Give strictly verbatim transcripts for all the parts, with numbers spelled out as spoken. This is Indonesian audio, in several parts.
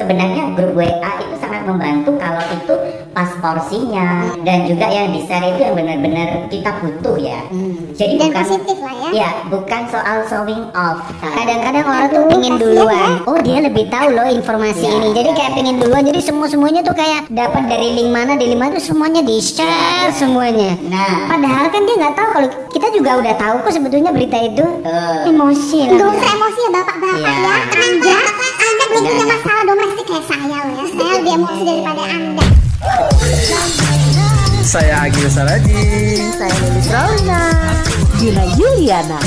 sebenarnya grup W A itu sangat membantu kalau itu pas porsinya dan juga yang di-share itu yang benar-benar kita butuh ya. Hmm. Jadi dan bukan positif lah ya. Ya, bukan soal showing off. Kadang-kadang orang tuh pingin duluan. Oh, dia lebih tahu loh informasi ya, ini. Jadi kayak pingin duluan. Jadi semua-semuanya tuh kayak dapat dari link mana, dari link mana tuh semuanya di-share semuanya. Nah, padahal kan dia nggak tahu kalau kita juga udah tahu kok sebetulnya berita itu. Uh. Emosi lah. Gak usah emosi ya bapak-bapak ya. ya. Anda, Anda belum punya masalah domestik kayak saya loh ya. Saya lebih emosi daripada Anda. Saya Agil Saragi. Saya Lilis Rauna. Yuna Yuliana.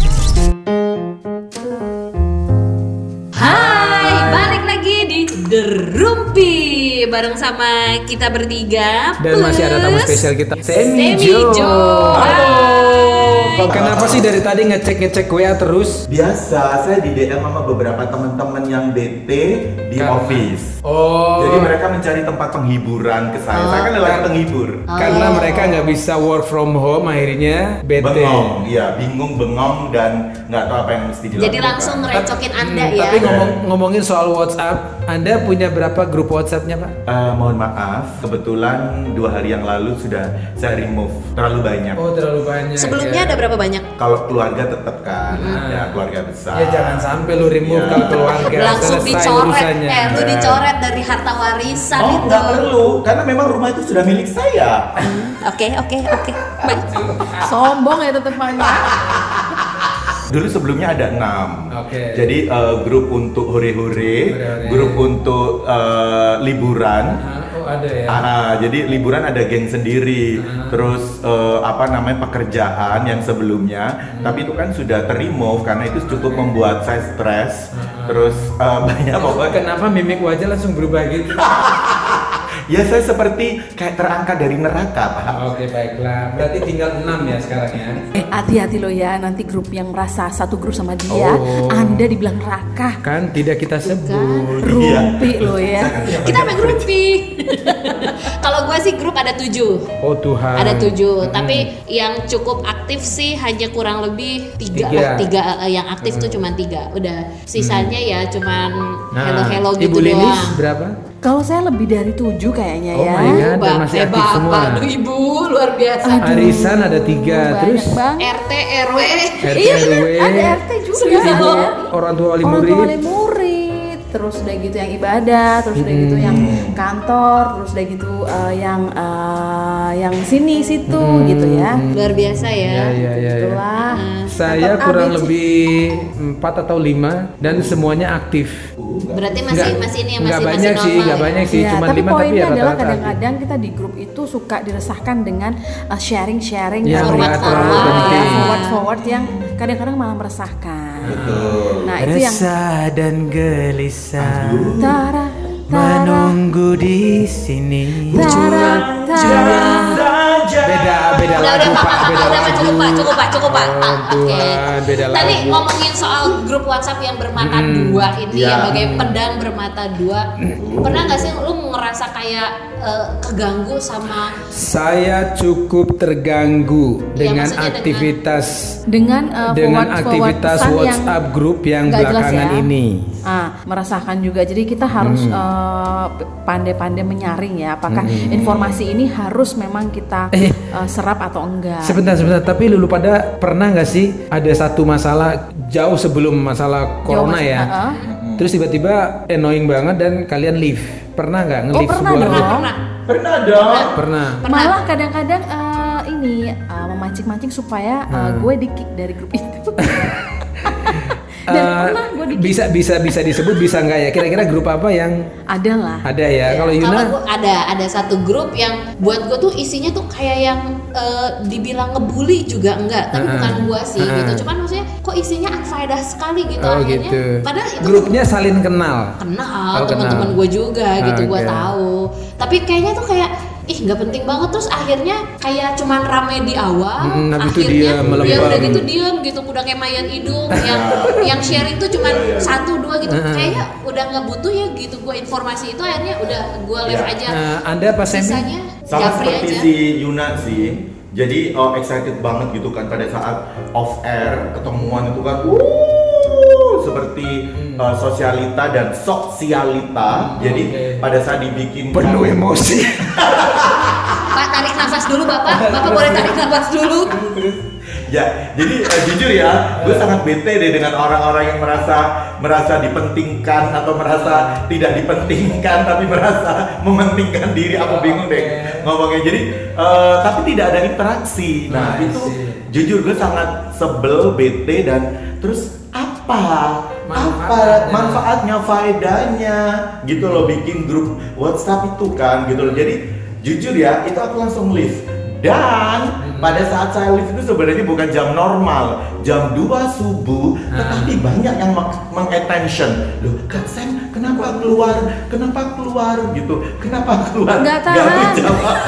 Hai, balik lagi di The Rumpi bareng sama kita bertiga. Dan masih ada tamu spesial kita, Semi Semi Jo. Halo. Kenapa sih dari tadi ngecek-ngecek W A terus? Biasa, saya di D M sama beberapa teman-teman yang bete di Kan. office. Oh. Jadi mereka mencari tempat penghiburan ke saya. Oh. Saya kan adalah Kan. penghibur. Oh. Karena mereka nggak bisa work from home, akhirnya bete. Bengong, iya, bingung, bengong dan nggak tahu apa yang mesti dilakukan. Jadi langsung ngerecokin Anda Hmm, ya. Tapi ngomong, ngomongin soal WhatsApp, Anda punya berapa grup WhatsApp-nya, Pak? Eh, mohon maaf, kebetulan dua hari yang lalu sudah saya remove terlalu banyak. Oh, terlalu banyak. Sebelumnya ya. ada berapa banyak? Kalau keluarga tetap kan, Hmm. ya keluarga besar. Ya jangan sampai lu remove Iya. kalau keluarga. Langsung Selesai dicoret, urusannya. eh lu dicoret dari harta warisan Oh, itu. nggak perlu, karena memang rumah itu sudah milik saya. Oke, oke, oke. Baik. Sombong ya tetepannya. Dulu sebelumnya ada enam. Oke. Jadi eh, grup untuk hore-hore, Hore-hore. grup untuk eh, liburan. Ah, oh ada ya. Ah, jadi liburan ada geng sendiri. Ah. Terus eh, apa namanya pekerjaan yang sebelumnya, Hmm. tapi itu kan sudah ter-remove karena itu cukup membuat saya stres. Ah. Terus eh, banyak pokoknya. Kenapa mimik wajah langsung berubah gitu? Ya saya seperti kayak terangkat dari neraka, Pak. Oke baiklah, berarti tinggal enam ya sekarang ya. Eh hati-hati lo ya, nanti grup yang merasa satu grup sama dia, Oh. Anda dibilang rakah. Kan tidak kita sebut. Rumpi lo ya. Kita sampai grupi. Kalau gue sih grup ada tujuh. Oh Tuhan. Ada tujuh, Hmm. tapi yang cukup aktif sih hanya kurang lebih tiga, Tiga. lah. tiga eh, yang aktif tuh cuma tiga. Udah sisanya ya cuman Nah, hello-hello gitu Ibu Lilis doang. berapa? Kalau saya lebih dari tujuh kayaknya Oh ya. my God, dan Bap- masih eh, aktif semua. Bapak, aduh ibu luar biasa. Aduh. Arisan ada tiga, Banyak terus banget. R T R W. R T Iya R W, bener, ada R T juga. Serius? ada R T. orang tua wali Orang tua murid. wali murid, terus udah gitu yang ibadah, terus udah gitu yang kantor, terus udah gitu eh, yang eh, yang sini situ Hmm. gitu ya. Luar biasa ya. Ya, ya, ya, ya. Itulah. Saya Tetap kurang A B C. lebih empat atau lima dan semuanya aktif. Berarti masih Nggak- masih ini yang nggak masih banyak masih sih, normal nggak ya? banyak sih, Ya, cuma tapi lima tapi poinnya ya adalah rata-rata aktif. kadang-kadang kita di grup itu suka diresahkan dengan uh, sharing-sharing Yang dan nggak terlalu uh, penting. forward-forward yang kadang-kadang malah meresahkan. Betul. Nah itu yang Resah dan gelisah tara tara menunggu di sini. tara tara. Beda beda Udah, lagu udah, Pak, Pak, beda udah, Pak, lagu. cukup Pak, cukup Pak, cukup Pak. Oh, Ah, Oke. Tuhan, beda Tadi lagu. ngomongin soal grup WhatsApp yang bermata Hmm, dua ini ya. ya, bagai pedang bermata dua. Pernah nggak sih lu ngerasa kayak eh, keganggu sama Saya cukup terganggu Iya, dengan maksudnya dengan- aktivitas dengan uh, dengan forward- aktivitas forward pesan WhatsApp yang grup yang nggak jelas belakangan ya. ini. Ah, merasakan juga. Jadi kita harus Hmm. uh, pandai-pandai menyaring ya. Apakah informasi ini harus memang kita Eh. uh, serap atau enggak? Sebentar sebentar, tapi lu pada pernah nggak sih ada satu masalah jauh sebelum masalah corona mas- ya? uh-uh. Terus tiba-tiba annoying banget dan kalian leave. Pernah nggak Oh nge-leave pernah sebuah dong. grup? pernah? Pernah dong. Pernah. Pernah. Malah kadang-kadang uh, ini uh, memancing-mancing supaya uh, Hmm. gue di-kick dari grup itu. Dan Eh, pernah gue di-kick. bisa bisa bisa disebut bisa nggak ya? Kira-kira grup apa yang Ada lah. ada ya? Kalau Kalau Yuna gua ada ada satu grup yang buat gue tuh isinya tuh kayak yang eh, dibilang ngebully juga enggak, tapi Uh-uh. bukan gua sih Uh-uh. gitu. Cuman maksudnya kok isinya unfaedah sekali gitu oh akhirnya. gitu. Padahal itu Grupnya saling kenal. kenal Oh, teman-teman kenal. gue juga gitu, gue Oke. tahu. Tapi kayaknya tuh kayak ih nggak penting banget, terus akhirnya kayak cuman rame di awal, Mm, habis itu akhirnya dia melempar. ya udah gitu diem gitu, udah kayak mayan hidung yang yang share itu cuman satu dua gitu, Uh-uh. kayaknya udah nggak butuh ya gitu gue informasi itu, akhirnya udah gue live Ya. aja. Nah, Anda Pak Semi? Sisanya Sama Jafri seperti aja. si Yuna sih. Jadi oh, excited banget gitu kan pada saat off air ketemuan itu kan. Wuh, seperti uh, sosialita dan sosialita. Jadi okay. pada saat dibikin Penuh emosi. Pak, tarik nafas dulu Bapak. Bapak boleh tarik nafas dulu. Ya, jadi uh, jujur ya, gue sangat bete deh dengan orang-orang yang merasa merasa dipentingkan atau merasa tidak dipentingkan, tapi merasa mementingkan diri. Aku bingung deh ngomongnya. Jadi, uh, tapi tidak ada interaksi. Nah, Nah, itu sih. jujur gue sangat sebel, bete, dan terus apa? Apa Manfaatnya. manfaatnya, faedahnya, gitu loh bikin grup WhatsApp itu kan, gitu loh. Jadi jujur ya, itu aku langsung leave. Dan pada saat saya live itu sebenarnya bukan jam normal, jam dua subuh, tetapi banyak yang meng-attention. Loh, Kak Sam, kenapa keluar? Kenapa keluar gitu? Kenapa keluar? Nggak tahan. dijawab.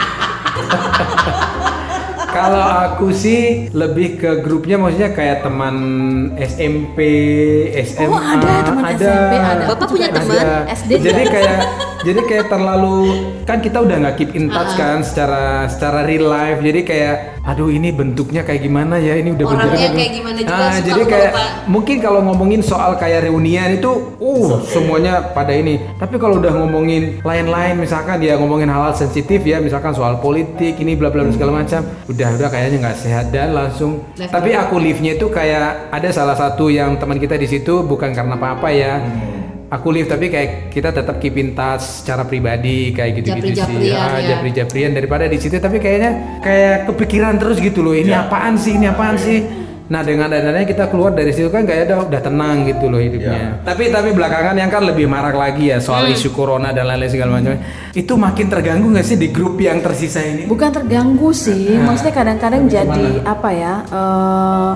Kalau aku sih lebih ke grupnya, maksudnya kayak teman S M P, S M A. Oh, ada teman S M P, ada. Bapak punya Ada. teman S D. Jadi kayak jadi kayak terlalu, kan kita udah nggak keep in touch kan secara secara real life. Jadi kayak aduh ini bentuknya kayak gimana ya, ini udah Orangnya bentuknya kayak gimana juga, Nah, suka jadi lupa-lupa. kayak mungkin kalau ngomongin soal kayak reunian itu uh semuanya pada ini. Tapi kalau udah ngomongin lain-lain, misalkan ya ngomongin hal-hal sensitif ya, misalkan soal politik ini bla bla bla segala macam, udah udah kayaknya nggak sehat dan langsung. Left Tapi aku leave-nya itu kayak ada salah satu yang teman kita di situ, bukan karena apa-apa ya. Aku leave tapi kayak kita tetap keep in touch secara pribadi kayak gitu-gitu sih. Japri-japrian Ah, ya. japri-japrian daripada di situ, tapi kayaknya kayak kepikiran terus gitu loh. Ini Ya. apaan sih? Ini apaan sih? Nah, dengan adanya kita keluar dari situ kan kayak udah, udah tenang gitu loh hidupnya. Ya. Tapi tapi belakangan yang kan lebih marak lagi ya soal isu corona dan lain-lain segala macam. Itu makin terganggu nggak sih di grup yang tersisa ini? Bukan terganggu sih, maksudnya kadang-kadang jadi apa ya, eh,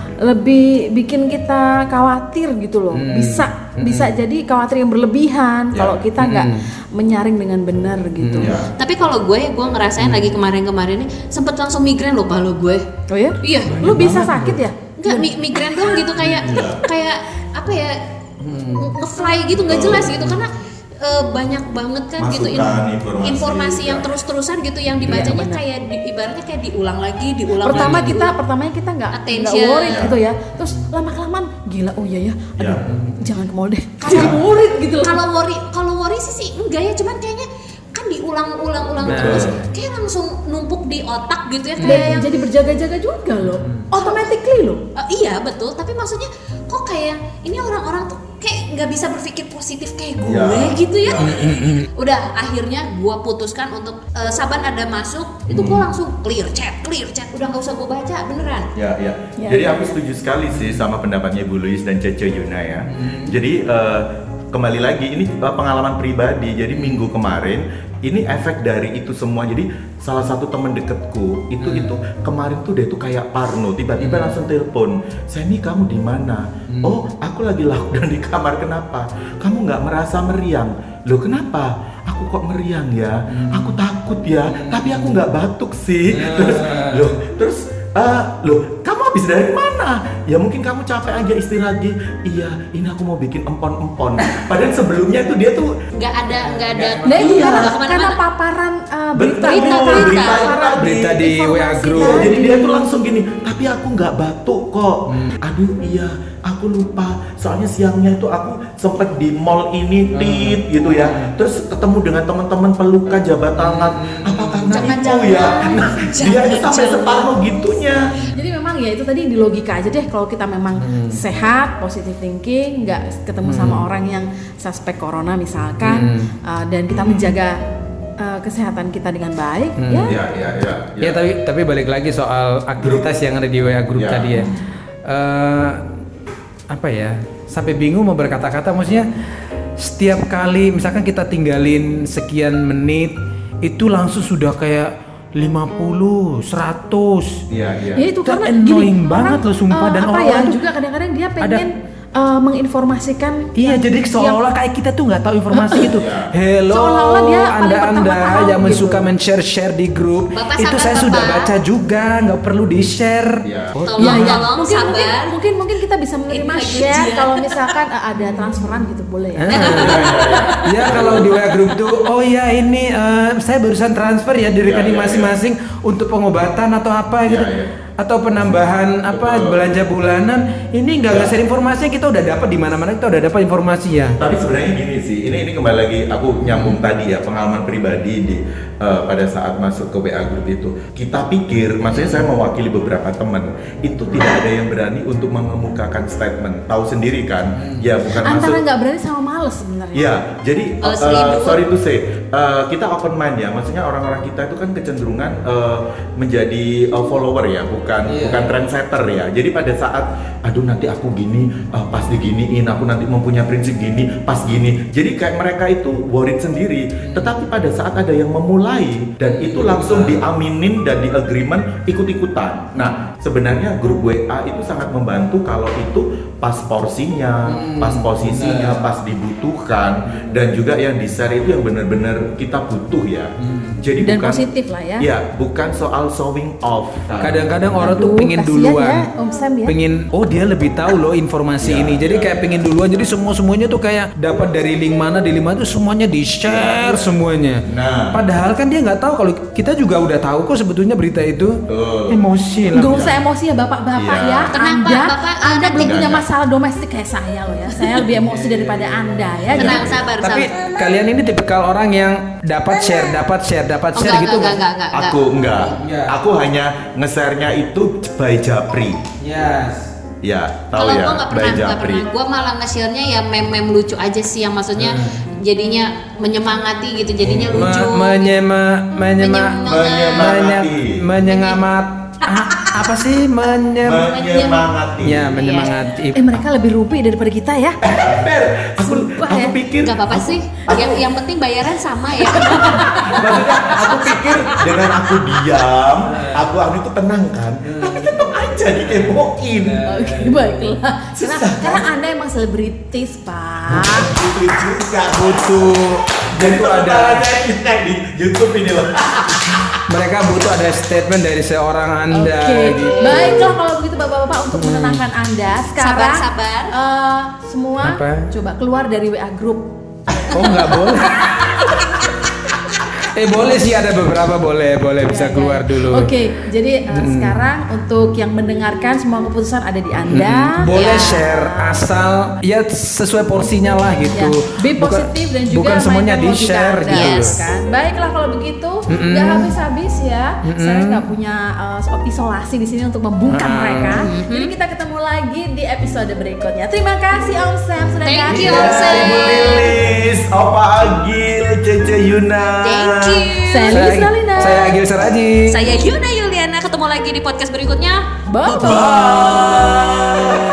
lebih bikin kita khawatir gitu loh. Bisa bisa jadi khawatir yang berlebihan kalau kita nggak menyaring dengan benar gitu. Ya. Tapi kalau gue, gue ngerasain lagi kemarin-kemarin nih sempet langsung migrain loh palu gue. Oh ya? Iya. Lu bisa sakit ya? Enggak, mi- migrain doang gitu, kayak kayak apa ya, nge-fly gitu, nggak jelas gitu karena eh, banyak banget kan gitu in- Masukan, informasi, informasi yang ya. terus-terusan gitu yang dibacanya kayak di, ibaratnya kayak diulang lagi, diulang Pertama lagi. kita pertamanya kita nggak nggak Attention. worried Ya. gitu ya. Terus lama kelamaan gila, oh iya ya. Aduh, Ya. jangan ke mall deh. Jadi worried gitu loh. Kalau worry, kalau worry sih sih enggak ya, cuman kayaknya kan diulang-ulang-ulang Nah. terus, kayak langsung numpuk di otak gitu ya, kayak Dan yang jadi berjaga-jaga juga loh. Automatically loh. Eh, iya betul, tapi maksudnya kok kayak ini orang-orang tuh kayak nggak bisa berpikir positif kayak gue Ya. gitu ya. Udah akhirnya gue putuskan untuk eh, Saban ada masuk itu gue langsung clear chat, clear chat, udah nggak usah gue baca beneran. Ya, ya. Ya, Jadi ya. aku setuju sekali sih sama pendapatnya Bu Luis dan Cece Yuna ya. Jadi eh, kembali lagi ini eh, pengalaman pribadi. Jadi minggu kemarin ini efek dari itu semua. Jadi salah satu temen deketku itu itu kemarin tuh dia tuh kayak parno, tiba-tiba langsung telepon, Semi kamu di mana? Oh aku lagi lockdown di kamar. Kenapa? Kamu nggak merasa meriang? Loh kenapa? Aku kok meriang ya? Aku takut ya. Tapi aku nggak batuk sih. Terus loh terus eh loh kamu habis dari mana? Ya mungkin kamu capek aja istirahat lagi. Iya, ini aku mau bikin empon-empon. Padahal sebelumnya tuh dia tuh Nggak ada nggak ada. Nah iya, nggak karena kemana-mana. paparan uh, Betul, berita, berita, berita, berita. itu Berita di W A informasi group. tadi. Jadi dia tuh langsung gini, tapi aku nggak batuk kok. Aduh iya, aku lupa. Soalnya siangnya itu aku sempet di mall ini tit gitu ya. Terus ketemu dengan teman-teman pelukan jabat tangan. Apa karena itu Jangan-jangan. ya? Nah, dia itu sampai Jangan-jangan. separuh gitunya. Jadi memang ya itu tadi di logika aja deh, kalau kita memang sehat, positive thinking, nggak ketemu sama orang yang suspek corona misalkan, uh, dan kita menjaga uh, kesehatan kita dengan baik, ya Ya, ya, ya. Ya, tapi tapi balik lagi soal aktivitas yang ada di W A group Ya. tadi ya. Eh, apa ya? Sampai bingung mau berkata-kata, maksudnya setiap kali misalkan kita tinggalin sekian menit itu langsung sudah kayak lima puluh, seratus. Iya, iya. ya itu Dan karena annoying gini, banget orang, loh, sumpah. uh, Dan apa ya orang-orang tuh juga kadang-kadang dia ada- pengen uh, menginformasikan. Iya, yang- jadi yang- seolah-olah kayak kita tuh nggak tahu informasi itu. Hello, Seolah-olah dia paling anda-anda pertama tahu yang gitu. suka men-share-share di grup, Bapak itu sabar, saya sudah Bapak. baca juga, nggak perlu di-share. Iya. Oh, Tolong, Ya, ya. tolong, mungkin, mungkin, sabar. mungkin mungkin kita bisa menerima Ini lagi share ujian. kalau misalkan uh, ada transferan gitu boleh ya. Ya kalau di W A group tuh, oh ya ini eh, saya saya barusan transfer ya di rekening Ya, ya, masing-masing untuk pengobatan atau apa gitu. Ya, ya. Atau penambahan apa Betul. belanja bulanan, ini nggak Ya. nge-share informasinya, kita udah dapat di mana-mana, kita udah dapat informasi ya. Tapi sebenarnya gini sih, ini ini kembali lagi aku nyambung tadi ya, pengalaman pribadi di uh, pada saat masuk ke W A group itu. Kita pikir, maksudnya saya mewakili beberapa teman, itu tidak ada yang berani untuk mengemukakan statement. Tahu sendiri kan? Ya bukan Antara masuk. nggak berani sama males sebenarnya. Ya, jadi Oh, uh, seribu. sorry to say, uh, kita open mind ya. Maksudnya orang-orang kita itu kan kecenderungan uh, menjadi uh, follower ya, bukan Iya. bukan trendsetter ya. Jadi pada saat, aduh nanti aku gini, uh, pas diginiin, aku nanti mempunyai prinsip gini, pas gini. Jadi kayak mereka itu worried sendiri. Tetapi pada saat ada yang memulai dan itu langsung diaminin dan di agreement ikut-ikutan. Nah, sebenarnya grup W A itu sangat membantu kalau itu pas porsinya, pas posisinya, pas dibutuhkan, dan juga yang di-share itu yang benar-benar kita butuh ya. Jadi Dan bukan positif lah ya. Ya, bukan soal showing off. Kadang-kadang orang tuh Aduh, pingin kasihan duluan, ya, Om Sam ya. pingin oh dia lebih tahu loh informasi Ya, ini, jadi ya. kayak pingin duluan, jadi semua semuanya tuh kayak dapat dari link mana, di link mana tuh semuanya di share semuanya. Nah. Padahal kan dia nggak tahu kalau kita juga udah tahu kok sebetulnya berita itu. Betul. Emosi lah. Nggak usah emosi ya bapak-bapak Iya. ya. Tenang, Anda, Pak, Bapak, Anda Anda belum tidak punya ada. masalah domestik kayak saya loh ya. Saya lebih emosi daripada Anda ya. Tenang, Jadi- sabar, Tapi sabar. kalian ini tipikal orang yang dapat share, dapat share, dapat Oh, share enggak, gitu. enggak, enggak, enggak, enggak. Aku enggak. Enggak. Aku hanya nge-share-nya itu by Japri. Yes. Ya, tahu Kalau ya, gue nggak by pernah, nggak Japri. pernah. Gue malah nge-share-nya ya meme-meme lucu aja sih, yang maksudnya jadinya menyemangati gitu, jadinya Me- lucu. menyema, menyema, Menyemangati. menye- menyengamat. Ah, apa sih menyem? Menyemangati. Ya, menyemangati. Eh mereka lebih rupi daripada kita ya. Ber, aku Sumpah aku ya. pikir Gak apa-apa sih. Yang yang penting bayaran sama ya. maksudnya aku pikir dengan aku diam, aku aku itu tenang kan. Tapi tetap aja dikepoin. Oke baiklah. Karena, karena Anda emang selebritis pak. Itu juga butuh. Dan itu ada- kita di YouTube ini loh. Mereka butuh ada statement dari seorang Anda Oke, gitu. baiklah kalau begitu bapak-bapak untuk menenangkan Anda sekarang. Sabar, sabar. eh, semua Apa? coba keluar dari W A group. Oh nggak boleh. Eh boleh sih, ada beberapa boleh, boleh bisa keluar dulu. Oke, jadi eh, sekarang untuk yang mendengarkan semua keputusan ada di Anda. Boleh Ya. share asal ya sesuai porsinya lah Ya, gitu. be positif dan juga bukan semuanya mainkan di logika share Anda, gitu. Yes. kan. Baiklah kalau begitu, nggak habis-habis ya. Saya nggak punya eh, isolasi di sini untuk membungkam Ah. mereka. Jadi kita ketemu lagi di episode berikutnya. Terima kasih Om Sam sudah Thank datang. you, Om Sam. Ibu Lilis, Opa Agil, Cece Yuna. Thank you. Saya Lilis Dalina. Saya Agil Seraji. Saya Yuna Yuliana, ketemu lagi di podcast berikutnya. Bye bye. Bye.